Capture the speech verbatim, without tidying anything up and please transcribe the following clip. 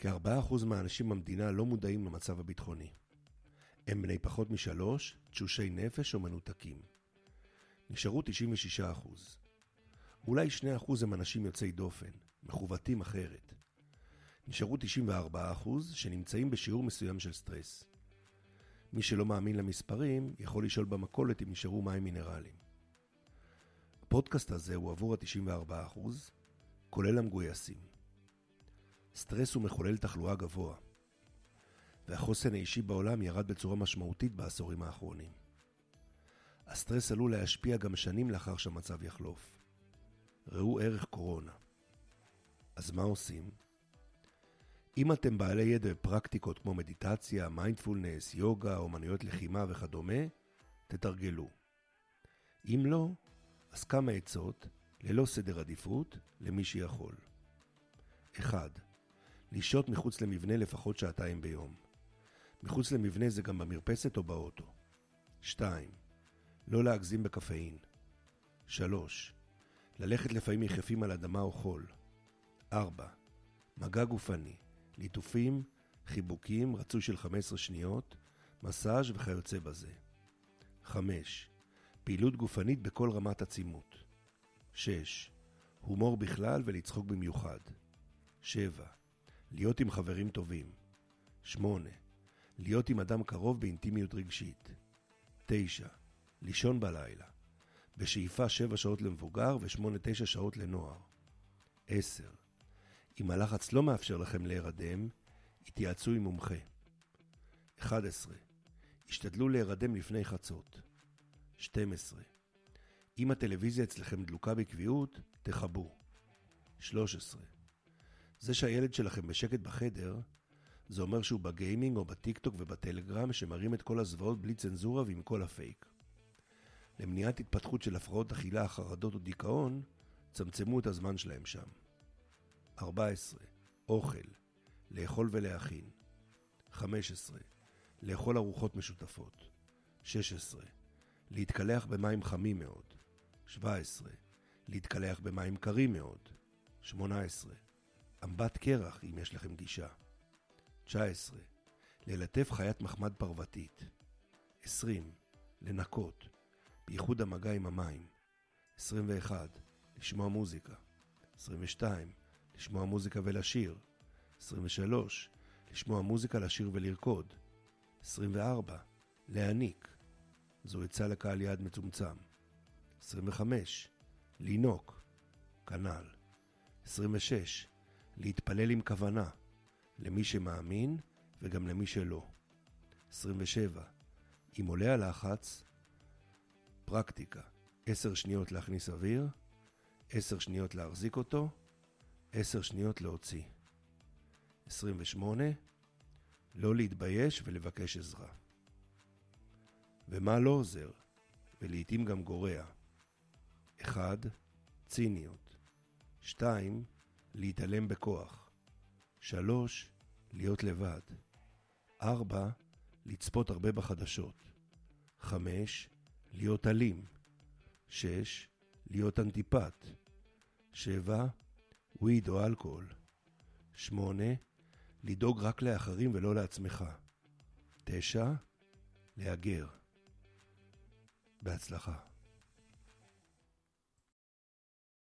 כארבעה אחוז מהאנשים במדינה לא מודעים למצב הביטחוני. הם בני פחות משלוש, תשושי נפש או מנותקים. נשארו תשעים ושישה אחוז. אולי שני אחוז הם אנשים יוצאי דופן, מחוותים אחרת. נשארו תשעים וארבעה אחוז שנמצאים בשיעור מסוים של סטרס. מי שלא מאמין למספרים יכול לשאול במכולת אם נשארו מים מינרליים. הפודקאסט הזה הוא עבור ה-תשעים וארבעה אחוז, כולל המגויסים. סטרס הוא מחולל תחלואה גבוה, והחוסן האישי בעולם ירד בצורה משמעותית בעשורים האחרונים. הסטרס עלול להשפיע גם שנים לאחר שהמצב יחלוף. ראו ערך קורונה. אז מה עושים? אם אתם בעלי ידע בפרקטיקות כמו מדיטציה, מיינדפולנס, יוגה, אומנויות לחימה וכדומה, תתרגלו. אם לא, אז כמה עצות, ללא סדר עדיפות, למי שיכול. אחד. לישון מחוץ למבנה לפחות שעתיים ביום. מחוץ למבנה זה גם במרפסת או באוטו. שתיים. לא להגזים בקפאין. שלוש. ללכת לפעמים יחפים על אדמה או חול. ארבע. מגע גופני. ליטופים, חיבוקים, רצוי של חמש עשרה שניות, מסאז' וכיוצא בזה. חמש. פעילות גופנית בכל רמת עצימות. שש. הומור בכלל ולצחוק במיוחד. שבע. להיות עם חברים טובים. שמונה. להיות עם אדם קרוב באינטימיות רגשית. תשע. לישון בלילה. בשאיפה שבע שעות למבוגר ושמונה תשע שעות לנוער. עשר. אם הלחץ לא מאפשר לכם להירדם, התייעצו עם מומחה. אחת עשרה. השתדלו להירדם לפני חצות. שתים עשרה. אם הטלוויזיה אצלכם דלוקה בקביעות, תחבו. שלוש עשרה. זה שהילד שלכם בשקט בחדר, זה אומר שהוא בגיימינג או בטיקטוק ובטלגרם שמראים את כל הזוועות בלי צנזורה ועם כל הפייק. למניעת התפתחות של הפרעות אכילה, חרדות או דיכאון, צמצמו את הזמן שלהם שם. ארבע עשרה. אוכל. לאכול ולהכין. חמש עשרה. לאכול ארוחות משותפות. שש עשרה. להתקלח במים חמים מאוד. שבע עשרה. להתקלח במים קרים מאוד. שמונה עשרה. אמבט קרח אם יש לכם גישה. תשע עשרה. ללטף חיית מחמד פרוותית. עשרים. לנקות. בייחוד המגע עם המים. עשרים ואחת. לשמוע מוזיקה. עשרים ושתיים. לשמוע מוזיקה ולשיר. עשרים ושלוש. לשמוע מוזיקה, לשיר ולרקוד. עשרים וארבע. להעניק. זו עצה לקהל יעד מצומצם. עשרים וחמש. לינוק. כנ"ל. עשרים ושש. להתפלל עם כוונה. למי שמאמין וגם למי שלא. עשרים ושבע. אם עולה הלחץ, פרקטיקה. עשר שניות להכניס אוויר. עשר שניות להחזיק אותו. עשר שניות להוציא. עשרים ושמונה. לא להתבייש ולבקש עזרה. ומה לא עוזר? ולעיתים גם גורע. אחד. ציניות. שתיים. להתעלם בכוח. שלוש. להיות לבד. ארבע. לצפות הרבה בחדשות. חמש. להיות אלים. שש. להיות אנטיפט. שבע. וויד או אלכוהול. שמונה. לדאוג רק לאחרים ולא לעצמך. תשע. להגר. בהצלחה.